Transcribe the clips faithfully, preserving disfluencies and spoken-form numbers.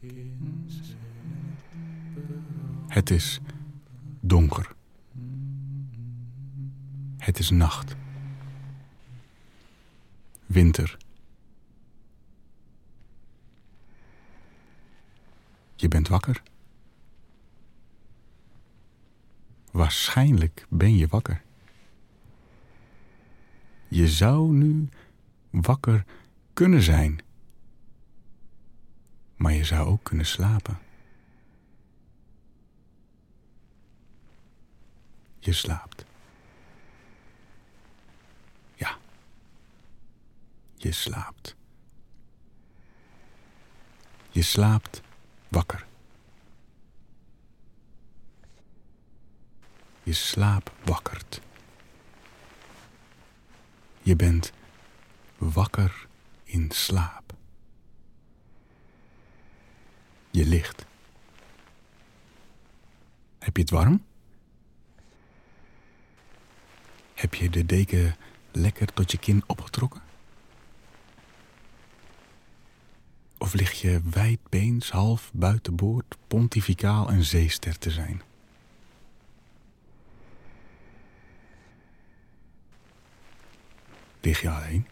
Het is donker. Het is nacht. Winter. Je bent wakker. Waarschijnlijk ben je wakker. Je zou nu wakker kunnen zijn. Maar je zou ook kunnen slapen. Je slaapt. Ja. Je slaapt. Je slaapt wakker. Je slaap wakkert. Je bent wakker in slaap. Je ligt. Heb je het warm? Heb je de deken lekker tot je kin opgetrokken? Of lig je wijdbeens half buitenboord pontificaal een zeester te zijn? Lig je alleen?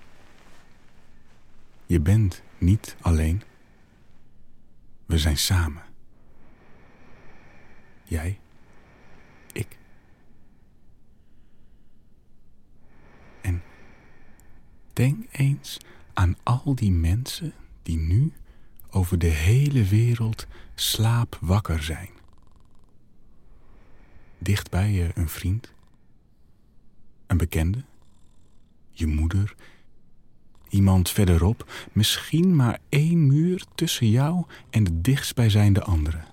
Je bent niet alleen. We zijn samen. Jij, ik. En denk eens aan al die mensen die nu over de hele wereld slaapwakker zijn. Dicht bij je een vriend, een bekende, je moeder, iemand verderop, misschien maar één muur tussen jou en de dichtstbijzijnde andere.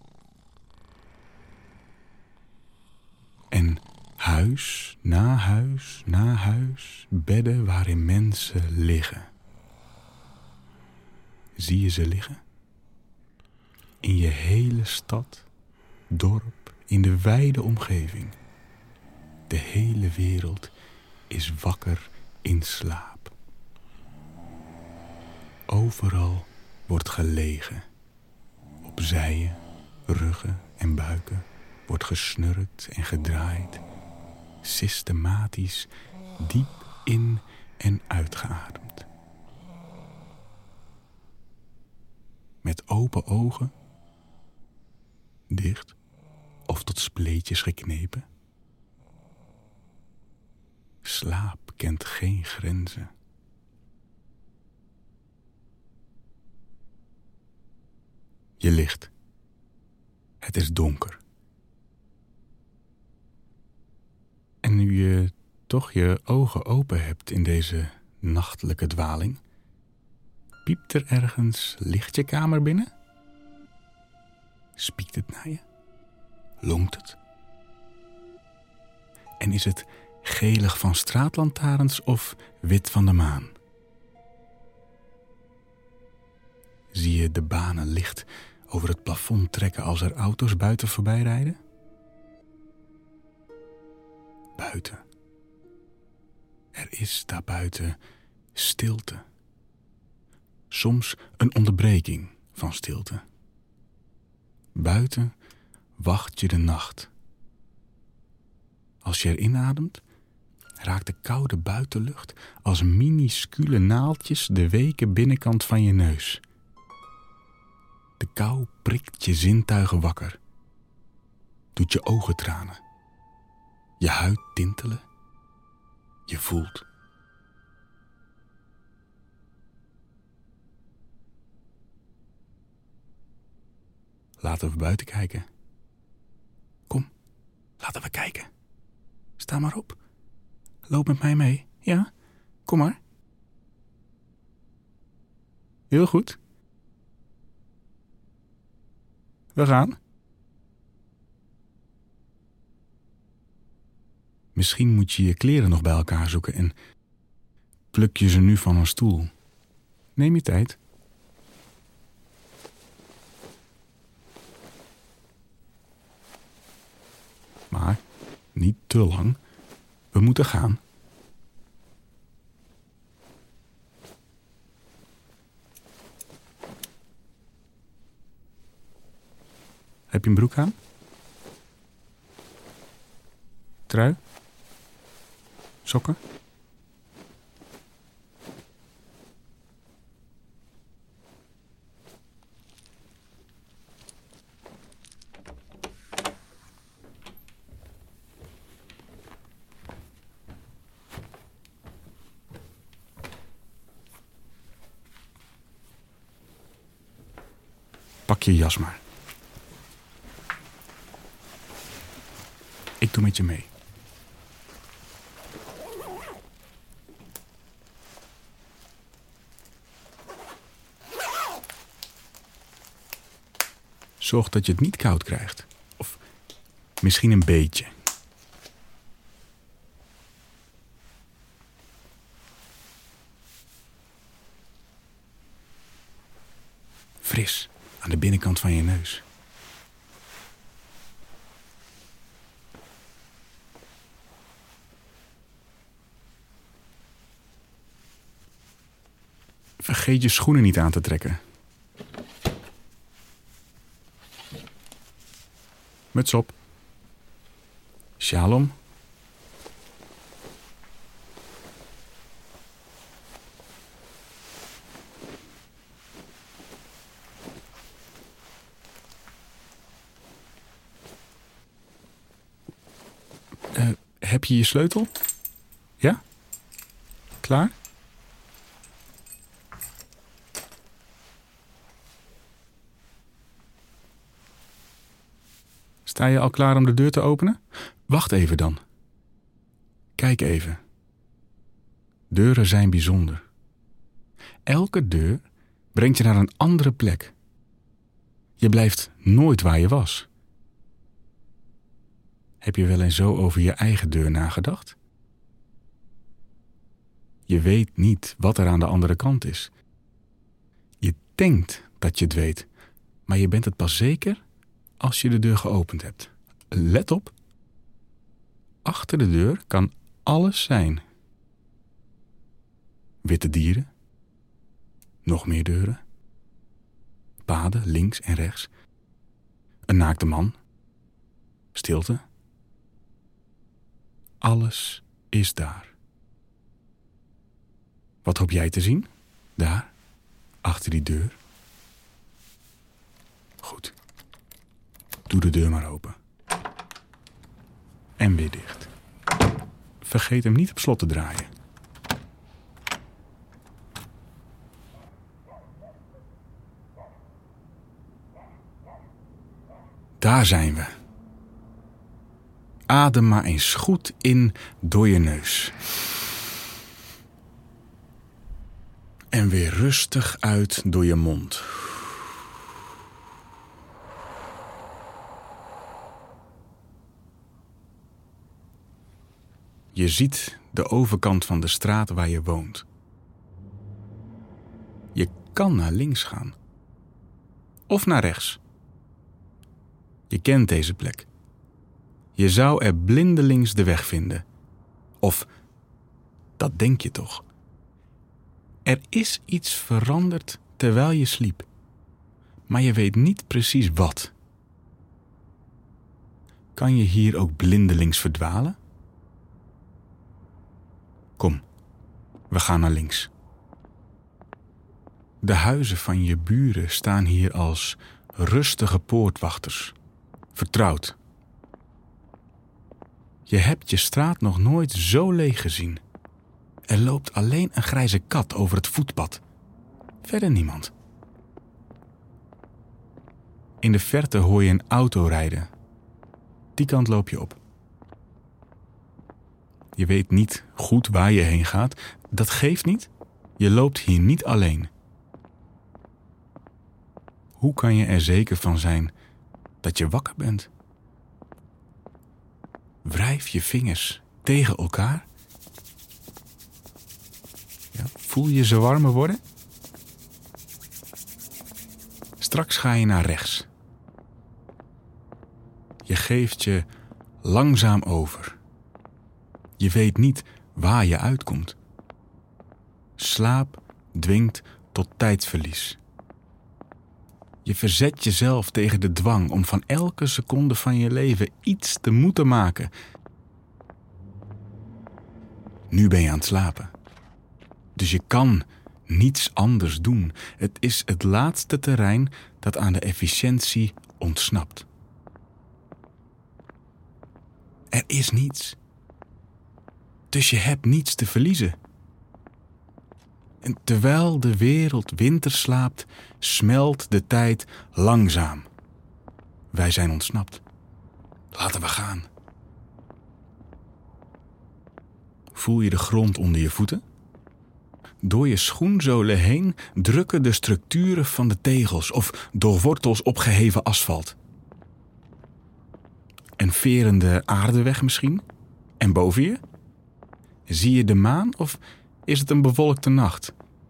En huis na huis na huis, bedden waarin mensen liggen. Zie je ze liggen? In je hele stad, dorp, in de wijde omgeving. De hele wereld is wakker in slaap. Overal wordt gelegen. Op zijen, ruggen en buiken wordt gesnurkt en gedraaid. Systematisch diep in en uitgeademd. Met open ogen, dicht of tot spleetjes geknepen. Slaap kent geen grenzen. Je ligt. Het is donker. En nu je toch je ogen open hebt in deze nachtelijke dwaling, piept er ergens licht je kamer binnen? Spiekt het naar je? Lonkt het? En is het gelig van straatlantaarns of wit van de maan? Zie je de banen licht over het plafond trekken als er auto's buiten voorbij rijden? Buiten. Er is daarbuiten stilte. Soms een onderbreking van stilte. Buiten wacht je de nacht. Als je erin ademt, raakt de koude buitenlucht als minuscule naaldjes de weke binnenkant van je neus. De kou prikt je zintuigen wakker. Doet je ogen tranen. Je huid tintelen. Je voelt. Laten we buiten kijken. Kom, laten we kijken. Sta maar op. Loop met mij mee, ja? Kom maar. Heel goed. We gaan. Misschien moet je je kleren nog bij elkaar zoeken en pluk je ze nu van een stoel. Neem je tijd. Maar niet te lang. We moeten gaan. Heb je een broek aan? Trui? Sokken? Pak je jas maar. Ik doe met je mee. Zorg dat je het niet koud krijgt. Of misschien een beetje. Fris aan de binnenkant van je neus. Vergeet je schoenen niet aan te trekken. Muts op. Sjaal om. Uh, heb je je sleutel? Ja? Klaar? Sta je al klaar om de deur te openen? Wacht even dan. Kijk even. Deuren zijn bijzonder. Elke deur brengt je naar een andere plek. Je blijft nooit waar je was. Heb je wel eens zo over je eigen deur nagedacht? Je weet niet wat er aan de andere kant is. Je denkt dat je het weet, maar je bent het pas zeker als je de deur geopend hebt. Let op. Achter de deur kan alles zijn. Witte dieren. Nog meer deuren. Paden links en rechts. Een naakte man. Stilte. Alles is daar. Wat hoop jij te zien? Daar, achter die deur. Goed. Doe de deur maar open. En weer dicht. Vergeet hem niet op slot te draaien. Daar zijn we. Adem maar eens goed in door je neus. En weer rustig uit door je mond. Je ziet de overkant van de straat waar je woont. Je kan naar links gaan. Of naar rechts. Je kent deze plek. Je zou er blindelings de weg vinden. Of, dat denk je toch. Er is iets veranderd terwijl je sliep. Maar je weet niet precies wat. Kan je hier ook blindelings verdwalen? Kom, we gaan naar links. De huizen van je buren staan hier als rustige poortwachters. Vertrouwd. Je hebt je straat nog nooit zo leeg gezien. Er loopt alleen een grijze kat over het voetpad. Verder niemand. In de verte hoor je een auto rijden. Die kant loop je op. Je weet niet goed waar je heen gaat. Dat geeft niet. Je loopt hier niet alleen. Hoe kan je er zeker van zijn dat je wakker bent? Wrijf je vingers tegen elkaar. Ja, voel je ze warmer worden? Straks ga je naar rechts. Je geeft je langzaam over. Je weet niet waar je uitkomt. Slaap dwingt tot tijdverlies. Je verzet jezelf tegen de dwang om van elke seconde van je leven iets te moeten maken. Nu ben je aan het slapen. Dus je kan niets anders doen. Het is het laatste terrein dat aan de efficiëntie ontsnapt. Er is niets. Dus je hebt niets te verliezen. En terwijl de wereld winter slaapt, smelt de tijd langzaam. Wij zijn ontsnapt. Laten we gaan. Voel je de grond onder je voeten? Door je schoenzolen heen drukken de structuren van de tegels of door wortels opgeheven asfalt. En verende aarde weg misschien? En boven je? Zie je de maan of is het een bewolkte nacht?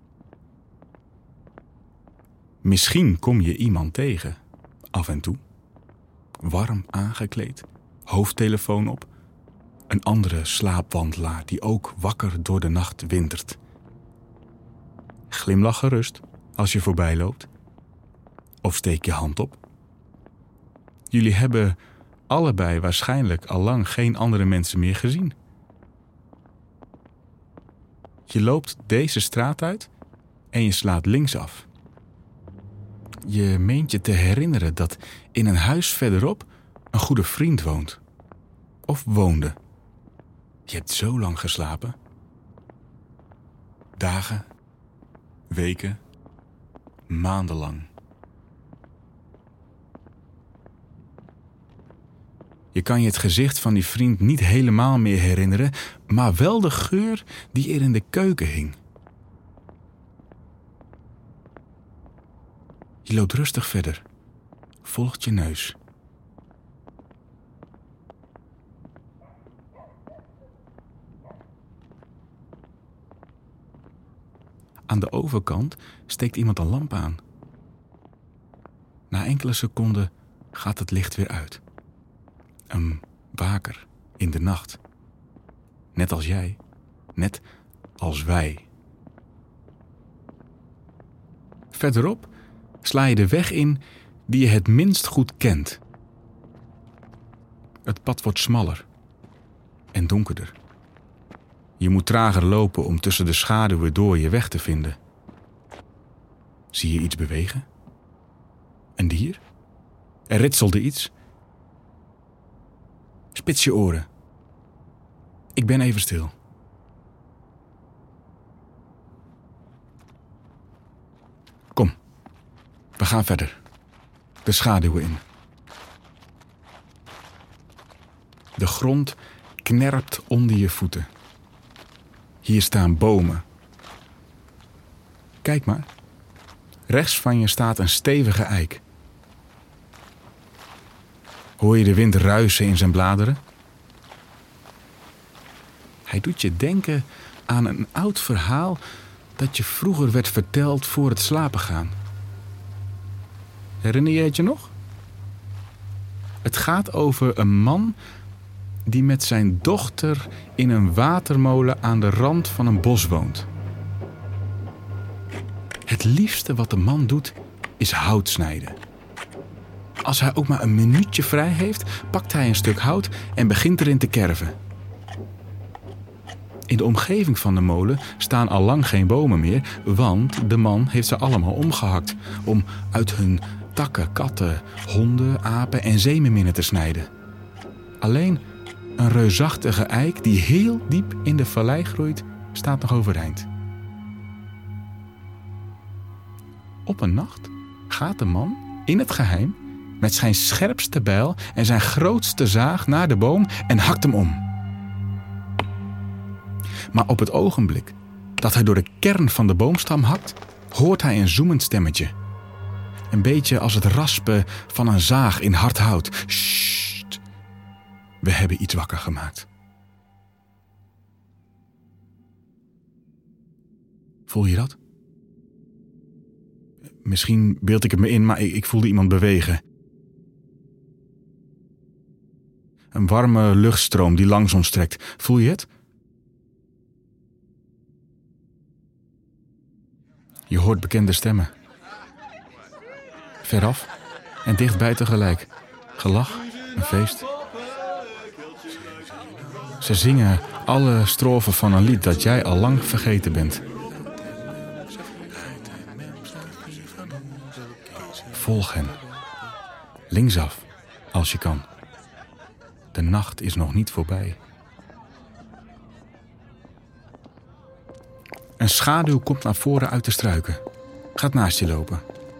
Misschien kom je iemand tegen, af en toe. Warm aangekleed, hoofdtelefoon op. Een andere slaapwandelaar die ook wakker door de nacht wintert. Glimlach gerust als je voorbij loopt. Of steek je hand op. Jullie hebben allebei waarschijnlijk al lang geen andere mensen meer gezien. Je loopt deze straat uit en je slaat linksaf. Je meent je te herinneren dat in een huis verderop een goede vriend woont. Of woonde. Je hebt zo lang geslapen. Dagen, weken, maandenlang. Je kan je het gezicht van die vriend niet helemaal meer herinneren, maar wel de geur die er in de keuken hing. Je loopt rustig verder, volgt je neus. Aan de overkant steekt iemand een lamp aan. Na enkele seconden gaat het licht weer uit. Een waker in de nacht. Net als jij, net als wij. Verderop sla je de weg in die je het minst goed kent. Het pad wordt smaller en donkerder. Je moet trager lopen om tussen de schaduwen door je weg te vinden. Zie je iets bewegen? Een dier? Er ritselde iets. Spits je oren. Ik ben even stil. Kom, we gaan verder. De schaduwen in. De grond knerpt onder je voeten. Hier staan bomen. Kijk maar. Rechts van je staat een stevige eik. Hoor je de wind ruisen in zijn bladeren? Hij doet je denken aan een oud verhaal dat je vroeger werd verteld voor het slapen gaan. Herinner je het je nog? Het gaat over een man die met zijn dochter in een watermolen aan de rand van een bos woont. Het liefste wat de man doet, is hout snijden. Als hij ook maar een minuutje vrij heeft, pakt hij een stuk hout en begint erin te kerven. In de omgeving van de molen staan al lang geen bomen meer, want de man heeft ze allemaal omgehakt om uit hun takken katten, honden, apen en zeemeerminnen te snijden. Alleen een reusachtige eik die heel diep in de vallei groeit, staat nog overeind. Op een nacht gaat de man in het geheim met zijn scherpste bijl en zijn grootste zaag naar de boom en hakt hem om. Maar op het ogenblik dat hij door de kern van de boomstam hakt, hoort hij een zoemend stemmetje. Een beetje als het raspen van een zaag in hard hout. Sst, we hebben iets wakker gemaakt. Voel je dat? Misschien beeld ik het me in, maar ik, ik voelde iemand bewegen. Een warme luchtstroom die langs ons trekt. Voel je het? Je hoort bekende stemmen. veraf en dichtbij tegelijk. Gelach, een feest. Ze zingen alle strofen van een lied dat jij al lang vergeten bent. Volg hen. Linksaf, als je kan. De nacht is nog niet voorbij. Een schaduw komt naar voren uit de struiken. Gaat naast je lopen.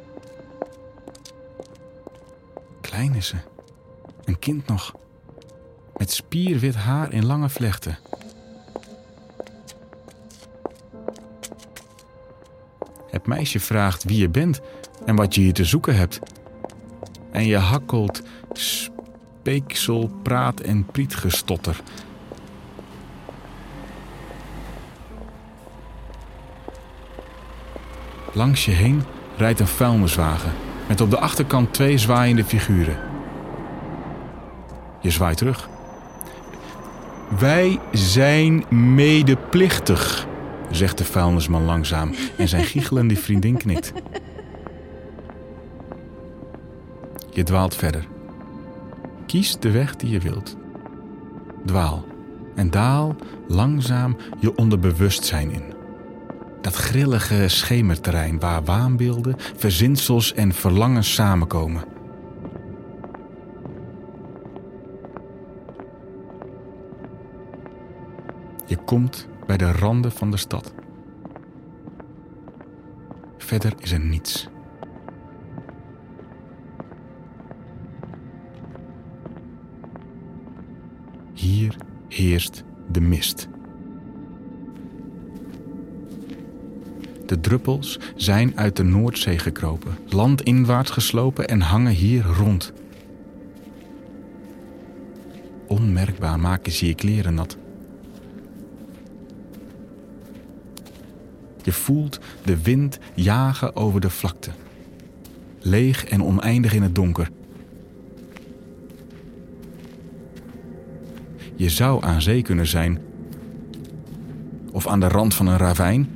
Klein is ze. Een kind nog. Met spierwit haar in lange vlechten. Het meisje vraagt wie je bent en wat je hier te zoeken hebt. En je hakkelt speeksel, praat en prietgestotter. Langs je heen rijdt een vuilniswagen met op de achterkant twee zwaaiende figuren. Je zwaait terug. Wij zijn medeplichtig, zegt de vuilnisman langzaam en zijn giechelende vriendin knikt. Je dwaalt verder. Kies de weg die je wilt. Dwaal en daal langzaam je onderbewustzijn in. Dat grillige schemerterrein waar waanbeelden, verzinsels en verlangens samenkomen. Je komt bij de randen van de stad. Verder is er niets. Hier heerst de mist. De druppels zijn uit de Noordzee gekropen, landinwaarts geslopen en hangen hier rond. Onmerkbaar maken ze je kleren nat. Je voelt de wind jagen over de vlakte. Leeg en oneindig in het donker. Je zou aan zee kunnen zijn. Of aan de rand van een ravijn.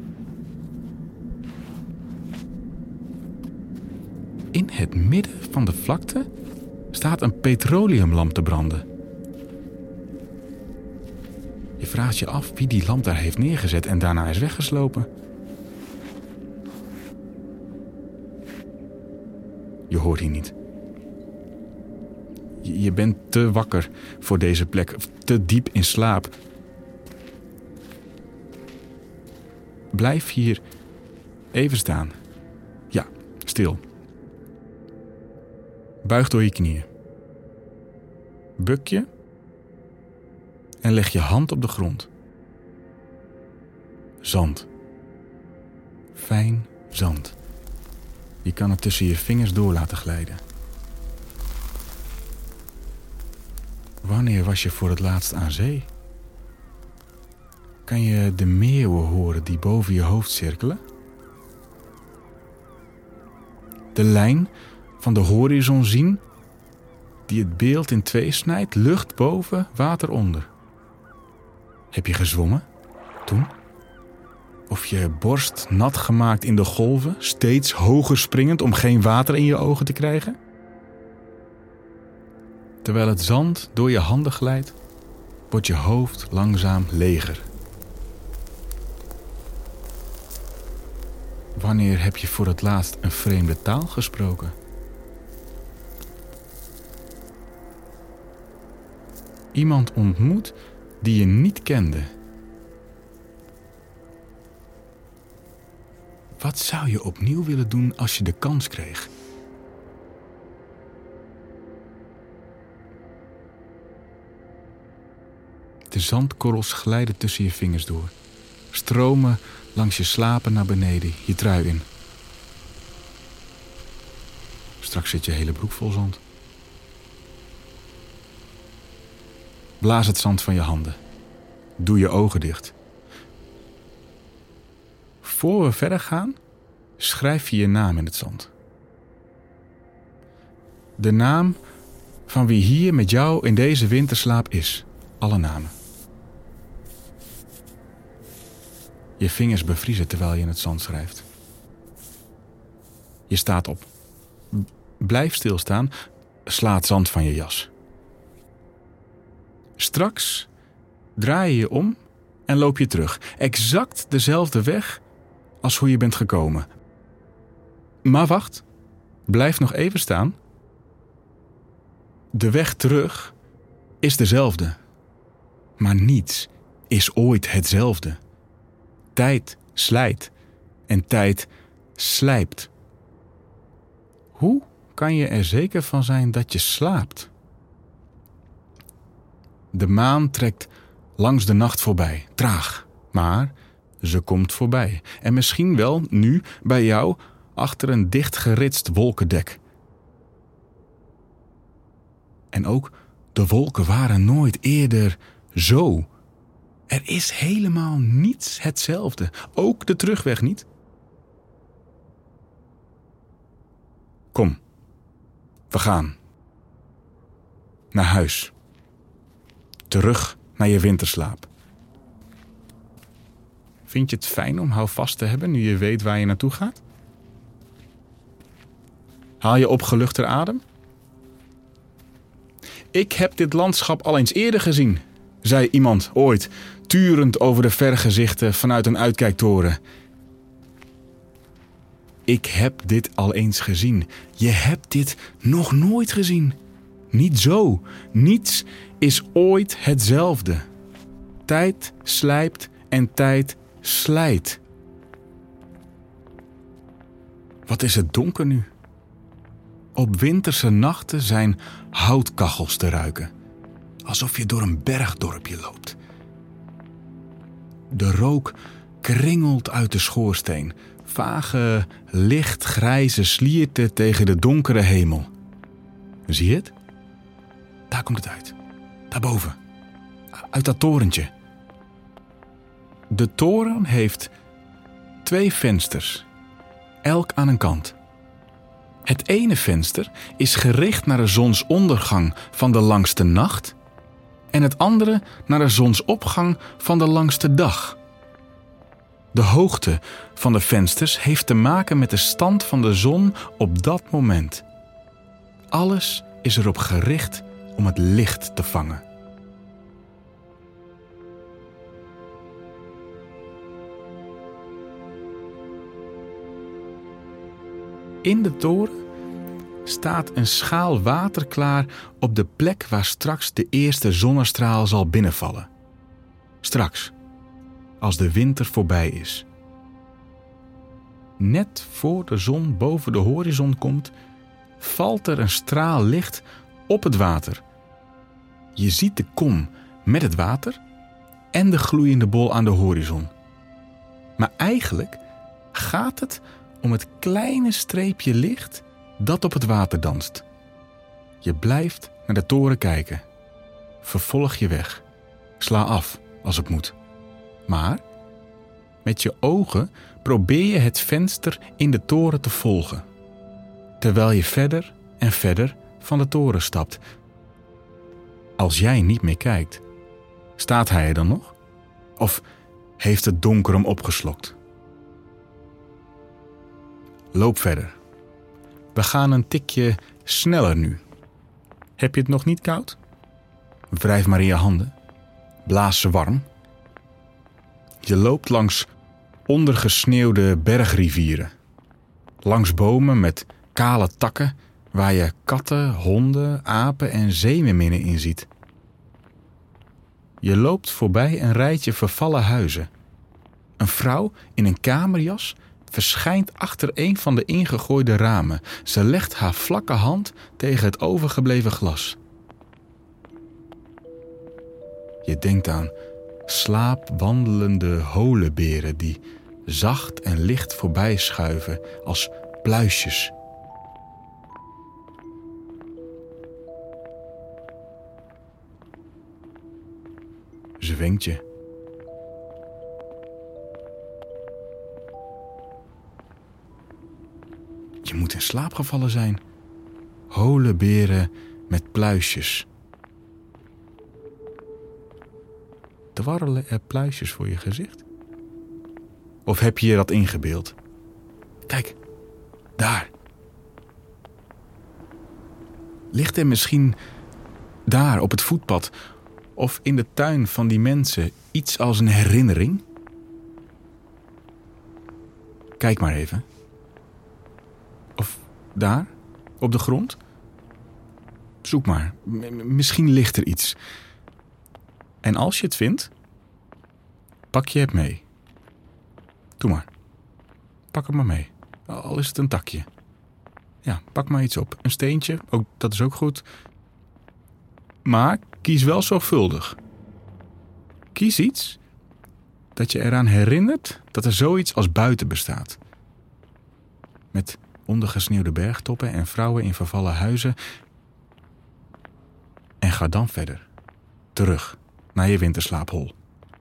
In het midden van de vlakte staat een petroleumlamp te branden. Je vraagt je af wie die lamp daar heeft neergezet en daarna is weggeslopen. Je hoort hier niet. Je bent te wakker voor deze plek, te diep in slaap. Blijf hier even staan. Ja, stil. Buig door je knieën. Buk je en leg je hand op de grond. Zand. Fijn zand. Je kan het tussen je vingers door laten glijden. Wanneer was je voor het laatst aan zee? Kan je de meeuwen horen die boven je hoofd cirkelen? De lijn van de horizon zien, die het beeld in twee snijdt, lucht boven, water onder. Heb je gezwommen toen? Of je borst nat gemaakt in de golven, steeds hoger springend om geen water in je ogen te krijgen? Terwijl het zand door je handen glijdt, wordt je hoofd langzaam leger. Wanneer heb je voor het laatst een vreemde taal gesproken? Iemand ontmoet die je niet kende. Wat zou je opnieuw willen doen als je de kans kreeg? De zandkorrels glijden tussen je vingers door. Stromen langs je slapen naar beneden, je trui in. Straks zit je hele broek vol zand. Blaas het zand van je handen. Doe je ogen dicht. Voor we verder gaan, schrijf je je naam in het zand. De naam van wie hier met jou in deze winterslaap is. Alle namen. Je vingers bevriezen terwijl je in het zand schrijft. Je staat op. Blijf stilstaan, sla het zand van je jas. Straks draai je je om en loop je terug. Exact dezelfde weg als hoe je bent gekomen. Maar wacht, blijf nog even staan. De weg terug is dezelfde. Maar niets is ooit hetzelfde. Tijd slijt en tijd slijpt. Hoe kan je er zeker van zijn dat je slaapt? De maan trekt langs de nacht voorbij, traag, maar ze komt voorbij. En misschien wel nu bij jou achter een dichtgeritst wolkendek. En ook de wolken waren nooit eerder zo. Er is helemaal niets hetzelfde, ook de terugweg niet. Kom, we gaan. Naar huis. Terug naar je winterslaap. Vind je het fijn om houvast te hebben nu je weet waar je naartoe gaat? Haal je opgeluchter adem? Ik heb dit landschap al eens eerder gezien, zei iemand ooit, turend over de vergezichten vanuit een uitkijktoren. Ik heb dit al eens gezien. Je hebt dit nog nooit gezien. Niet zo. Niets is ooit hetzelfde. Tijd slijpt en tijd slijt. Wat is het donker nu? Op winterse nachten zijn houtkachels te ruiken. Alsof je door een bergdorpje loopt. De rook kringelt uit de schoorsteen. Vage, lichtgrijze slierte tegen de donkere hemel. Zie je het? Daar komt het uit. Daarboven. Uit dat torentje. De toren heeft twee vensters. Elk aan een kant. Het ene venster is gericht naar de zonsondergang van de langste nacht. En het andere naar de zonsopgang van de langste dag. De hoogte van de vensters heeft te maken met de stand van de zon op dat moment. Alles is erop gericht om het licht te vangen. In de toren staat een schaal water klaar op de plek waar straks de eerste zonnestraal zal binnenvallen. Straks, als de winter voorbij is. Net voor de zon boven de horizon komt, valt er een straal licht op het water. Je ziet de kom met het water en de gloeiende bol aan de horizon. Maar eigenlijk gaat het om het kleine streepje licht dat op het water danst. Je blijft naar de toren kijken. Vervolg je weg. Sla af als het moet. Maar met je ogen probeer je het venster in de toren te volgen. Terwijl je verder en verder van de toren stapt. Als jij niet meer kijkt, staat hij er dan nog? Of heeft het donker hem opgeslokt? Loop verder. We gaan een tikje sneller nu. Heb je het nog niet koud? Wrijf maar in je handen. Blaas ze warm. Je loopt langs ondergesneeuwde bergrivieren. Langs bomen met kale takken waar je katten, honden, apen en zeemeerminnen in ziet. Je loopt voorbij een rijtje vervallen huizen. Een vrouw in een kamerjas verschijnt achter een van de ingegooide ramen. Ze legt haar vlakke hand tegen het overgebleven glas. Je denkt aan slaapwandelende holenberen die zacht en licht voorbij schuiven als pluisjes. Ze wenkt je. Je moet in slaap gevallen zijn. Holenberen met pluisjes. Dwarrelen er pluisjes voor je gezicht? Of heb je je dat ingebeeld? Kijk, daar. Ligt er misschien daar op het voetpad of in de tuin van die mensen iets als een herinnering? Kijk maar even. Of daar, op de grond? Zoek maar. M- misschien ligt er iets. En als je het vindt, pak je het mee. Doe maar. Pak het maar mee. Al is het een takje. Ja, pak maar iets op. Een steentje, ook, dat is ook goed. Maar kies wel zorgvuldig. Kies iets dat je eraan herinnert dat er zoiets als buiten bestaat. Met ondergesneeuwde bergtoppen en vrouwen in vervallen huizen. En ga dan verder. Terug naar je winterslaaphol.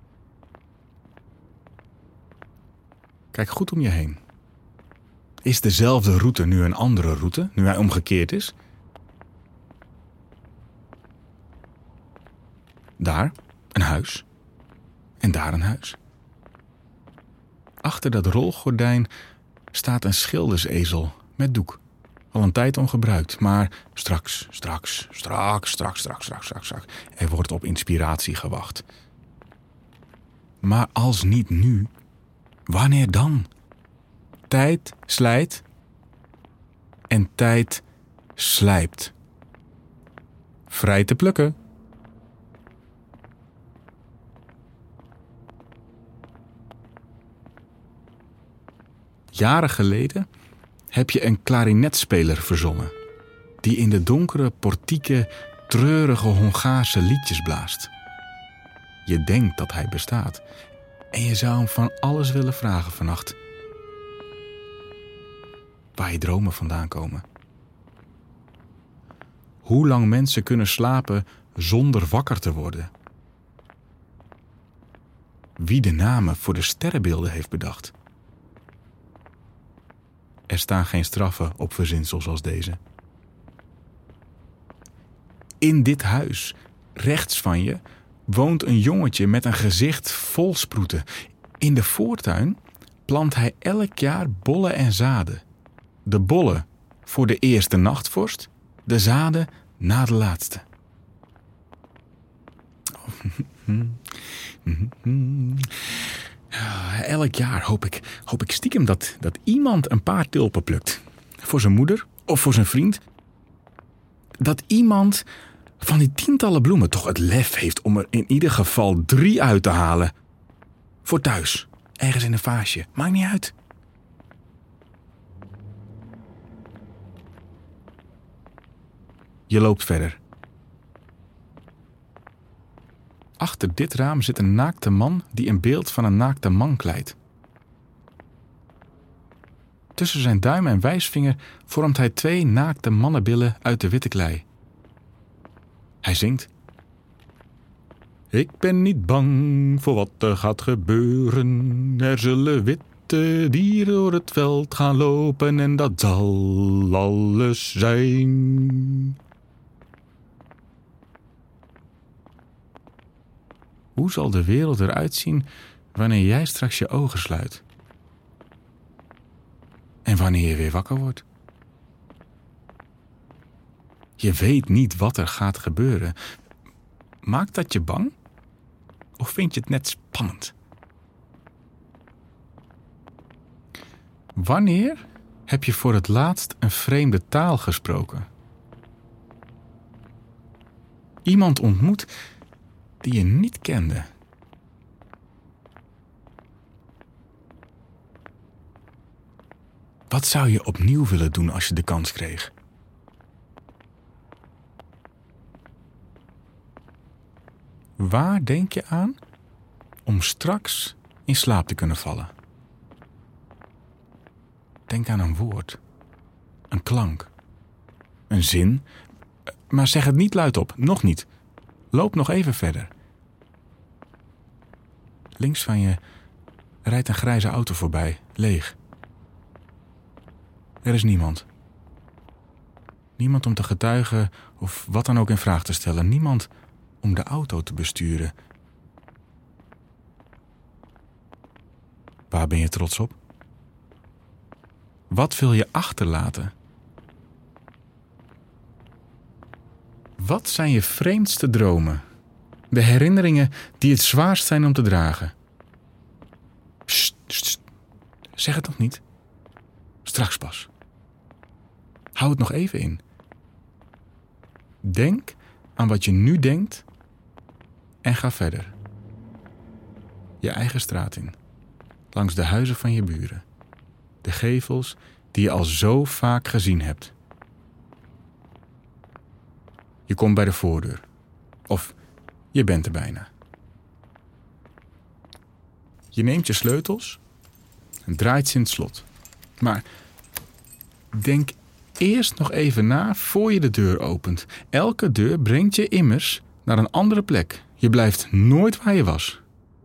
Kijk goed om je heen. Is dezelfde route nu een andere route, nu hij omgekeerd is? Daar een huis. En daar een huis. Achter dat rolgordijn staat een schildersezel met doek. Al een tijd ongebruikt, maar straks, straks, straks, straks, straks, straks, straks, straks. Er wordt op inspiratie gewacht. Maar als niet nu, wanneer dan? Tijd slijt en tijd slijpt. Vrij te plukken. Jaren geleden heb je een klarinetspeler verzongen, die in de donkere portieken treurige Hongaarse liedjes blaast. Je denkt dat hij bestaat en je zou hem van alles willen vragen vannacht. Waar je dromen vandaan komen. Hoe lang mensen kunnen slapen zonder wakker te worden. Wie de namen voor de sterrenbeelden heeft bedacht. Er staan geen straffen op verzinsels als deze. In dit huis, rechts van je, woont een jongetje met een gezicht vol sproeten. In de voortuin plant hij elk jaar bollen en zaden. De bollen voor de eerste nachtvorst, de zaden na de laatste. Elk jaar hoop ik, hoop ik stiekem dat, dat iemand een paar tulpen plukt. Voor zijn moeder of voor zijn vriend. Dat iemand van die tientallen bloemen toch het lef heeft om er in ieder geval drie uit te halen. Voor thuis, ergens in een vaasje, maakt niet uit. Je loopt verder. Achter dit raam zit een naakte man die een beeld van een naakte man kleidt. Tussen zijn duim en wijsvinger vormt hij twee naakte mannenbillen uit de witte klei. Hij zingt. Ik ben niet bang voor wat er gaat gebeuren. Er zullen witte dieren door het veld gaan lopen en dat zal alles zijn. Hoe zal de wereld eruit zien wanneer jij straks je ogen sluit? En wanneer je weer wakker wordt? Je weet niet wat er gaat gebeuren. Maakt dat je bang? Of vind je het net spannend? Wanneer heb je voor het laatst een vreemde taal gesproken? Iemand ontmoet die je niet kende. Wat zou je opnieuw willen doen als je de kans kreeg? Waar denk je aan om straks in slaap te kunnen vallen? Denk aan een woord, een klank, een zin, maar zeg het niet luidop, nog niet. Loop nog even verder. Links van je rijdt een grijze auto voorbij, leeg. Er is niemand. Niemand om te getuigen of wat dan ook in vraag te stellen. Niemand om de auto te besturen. Waar ben je trots op? Wat wil je achterlaten? Wat zijn je vreemdste dromen? De herinneringen die het zwaarst zijn om te dragen. Sst, sst, zeg het nog niet. Straks pas. Hou het nog even in. Denk aan wat je nu denkt en ga verder. Je eigen straat in. Langs de huizen van je buren. De gevels die je al zo vaak gezien hebt. Je komt bij de voordeur. Of je bent er bijna. Je neemt je sleutels en draait ze in het slot. Maar denk eerst nog even na voor je de deur opent. Elke deur brengt je immers naar een andere plek. Je blijft nooit waar je was.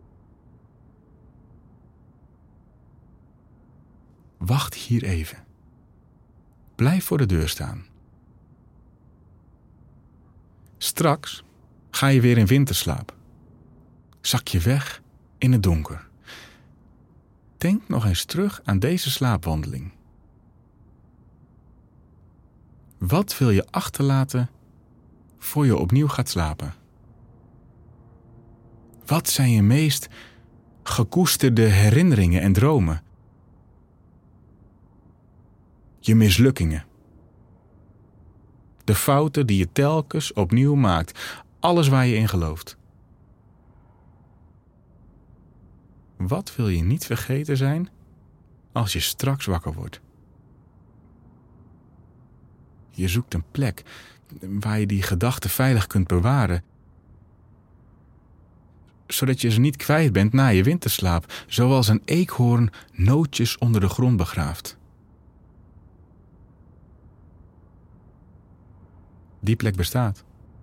Wacht hier even. Blijf voor de deur staan. Straks ga je weer in winterslaap. Zak je weg in het donker. Denk nog eens terug aan deze slaapwandeling. Wat wil je achterlaten voor je opnieuw gaat slapen? Wat zijn je meest gekoesterde herinneringen en dromen? Je mislukkingen. De fouten die je telkens opnieuw maakt. Alles waar je in gelooft. Wat wil je niet vergeten zijn als je straks wakker wordt? Je zoekt een plek waar je die gedachten veilig kunt bewaren. Zodat je ze niet kwijt bent na je winterslaap. Zoals een eekhoorn nootjes onder de grond begraaft. Die plek bestaat.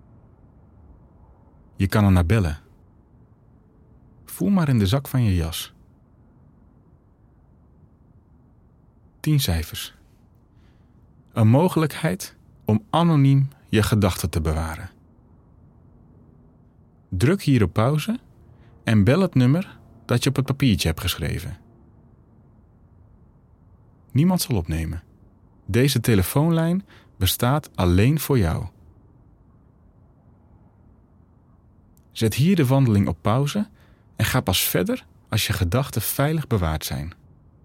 Je kan er naar bellen. Voel maar in de zak van je jas. Tien cijfers. Een mogelijkheid om anoniem je gedachten te bewaren. Druk hier op pauze en bel het nummer dat je op het papiertje hebt geschreven. Niemand zal opnemen. Deze telefoonlijn bestaat alleen voor jou. Zet hier de wandeling op pauze en ga pas verder als je gedachten veilig bewaard zijn.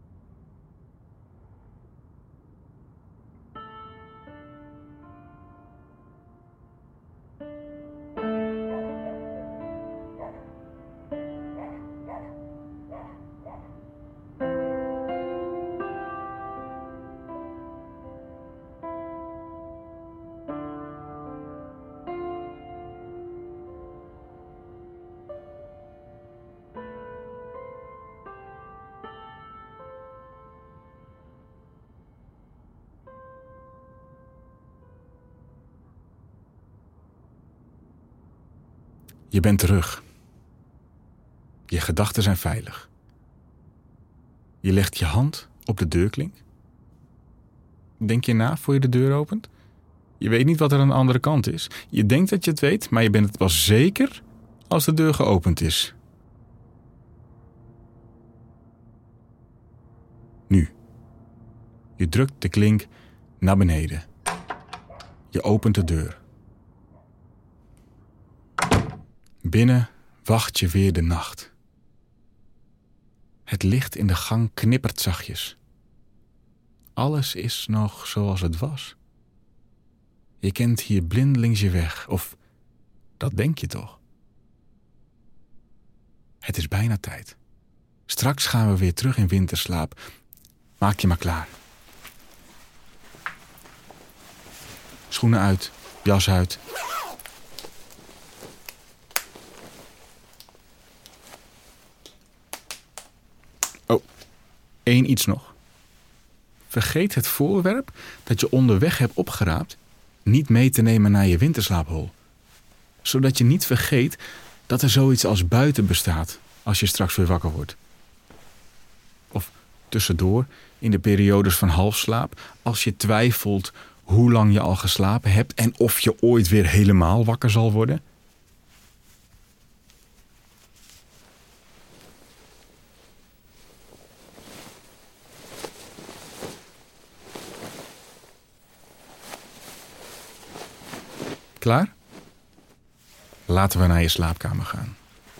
Je bent terug. Je gedachten zijn veilig. Je legt je hand op de deurklink. Denk je na voor je de deur opent? Je weet niet wat er aan de andere kant is. Je denkt dat je het weet, maar je bent het pas zeker als de deur geopend is. Nu. Je drukt de klink naar beneden. Je opent de deur. Binnen wacht je weer de nacht. Het licht in de gang knippert zachtjes. Alles is nog zoals het was. Je kent hier blindelings je weg, of dat denk je toch? Het is bijna tijd. Straks gaan we weer terug in winterslaap. Maak je maar klaar. Schoenen uit, jas uit. Oh, één iets nog. Vergeet het voorwerp dat je onderweg hebt opgeraapt niet mee te nemen naar je winterslaaphol. Zodat je niet vergeet dat er zoiets als buiten bestaat als je straks weer wakker wordt. Of tussendoor, in de periodes van halfslaap, als je twijfelt hoe lang je al geslapen hebt en of je ooit weer helemaal wakker zal worden. Klaar? Laten we naar je slaapkamer gaan.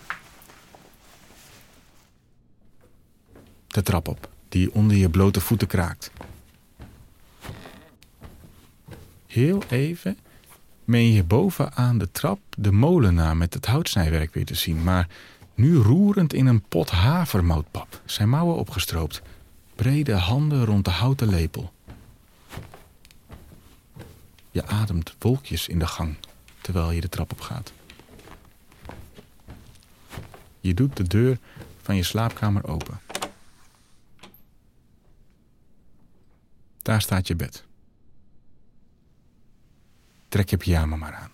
De trap op, die onder je blote voeten kraakt. Heel even meen je bovenaan de trap de molenaar met het houtsnijwerk weer te zien, maar nu roerend in een pot havermoutpap, zijn mouwen opgestroopt, brede handen rond de houten lepel. Je ademt wolkjes in de gang terwijl je de trap op gaat. Je doet de deur van je slaapkamer open. Daar staat je bed. Trek je pyjama maar aan.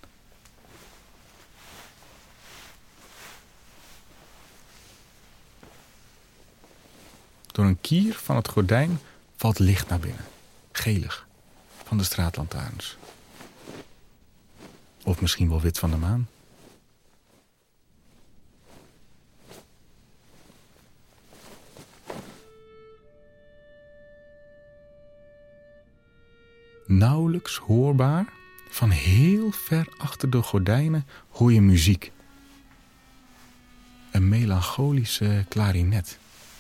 Door een kier van het gordijn valt licht naar binnen. Gelig, van de straatlantaarns. Of misschien wel wit van de maan. Nauwelijks hoorbaar, van heel ver achter de gordijnen hoor je muziek. Een melancholische klarinet.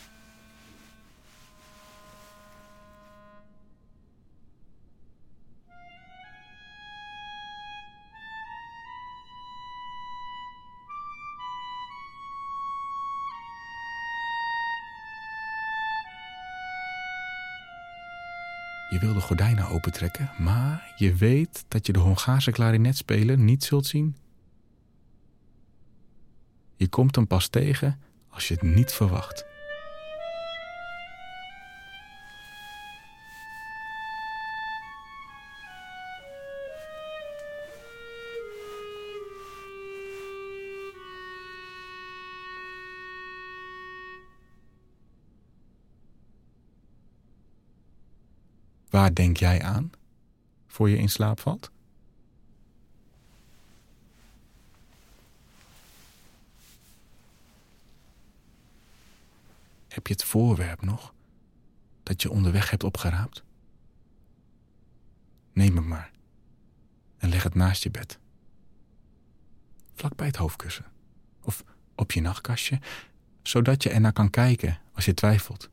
Je wil de gordijnen opentrekken, maar je weet dat je de Hongaarse klarinetspeler niet zult zien. Je komt hem pas tegen als je het niet verwacht. Waar denk jij aan, voor je in slaap valt? Heb je het voorwerp nog, dat je onderweg hebt opgeraapt? Neem het maar en leg het naast je bed. Vlak bij het hoofdkussen of op je nachtkastje, zodat je ernaar kan kijken als je twijfelt.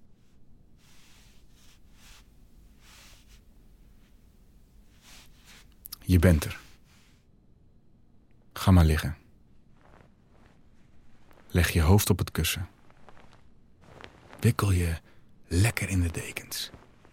Je bent er. Ga maar liggen. Leg je hoofd op het kussen. Wikkel je lekker in de dekens.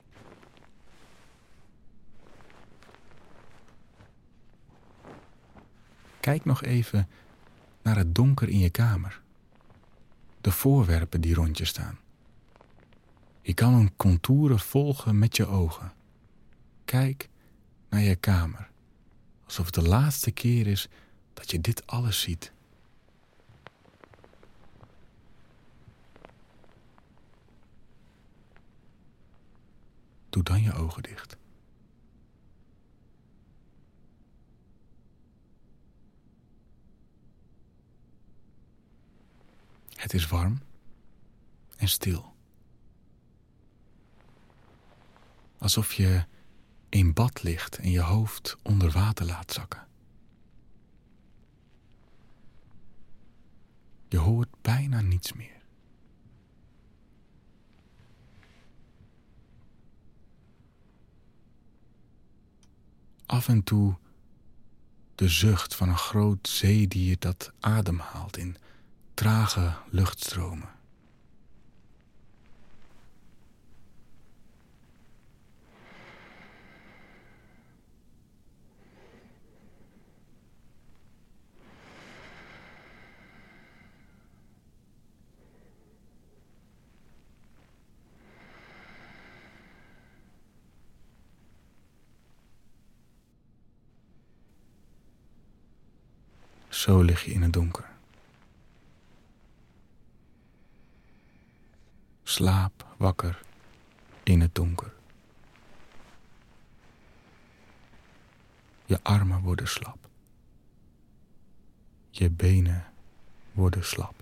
Kijk nog even naar het donker in je kamer. De voorwerpen die rond je staan. Je kan hun contouren volgen met je ogen. Kijk naar je kamer. Alsof het de laatste keer is dat je dit alles ziet. Doe dan je ogen dicht. Het is warm en stil. Alsof je in bad ligt en je hoofd onder water laat zakken. Je hoort bijna niets meer. Af en toe de zucht van een groot zeedier dat ademhaalt in trage luchtstromen. Zo lig je in het donker. Slaap wakker in het donker. Je armen worden slap. Je benen worden slap.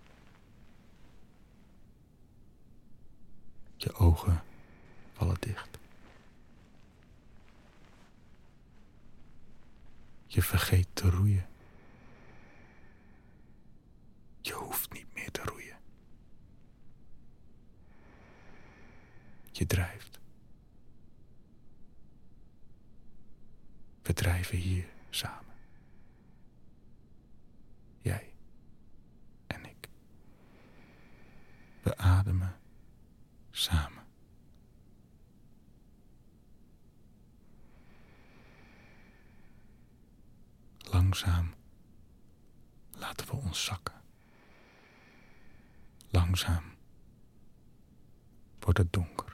Je ogen vallen dicht. Je vergeet te roeien. je drijft. We drijven hier samen. Jij en ik. We ademen samen. Langzaam laten we ons zakken. Langzaam wordt het donker.